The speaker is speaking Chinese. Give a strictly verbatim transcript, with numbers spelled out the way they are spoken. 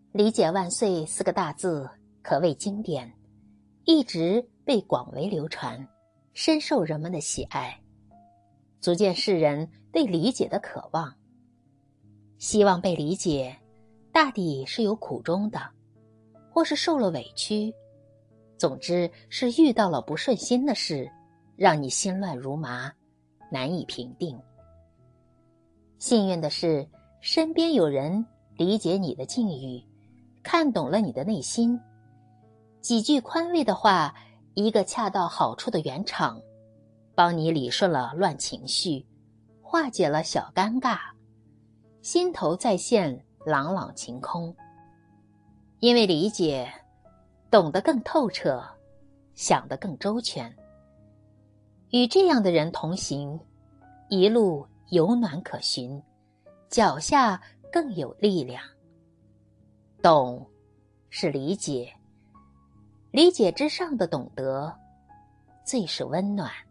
理解万岁四个大字可谓经典，一直被广为流传，深受人们的喜爱，足见世人对理解的渴望。希望被理解，大抵是有苦衷的，或是受了委屈，总之是遇到了不顺心的事，让你心乱如麻，难以平定。幸运的是，身边有人理解你的境遇，看懂了你的内心，几句宽慰的话，一个恰到好处的圆场，帮你理顺了乱情绪，化解了小尴尬，心头再现朗朗晴空。因为理解，懂得更透彻，想得更周全。与这样的人同行，一路有暖可寻，脚下更有力量。懂是理解，理解之上的懂得，最是温暖。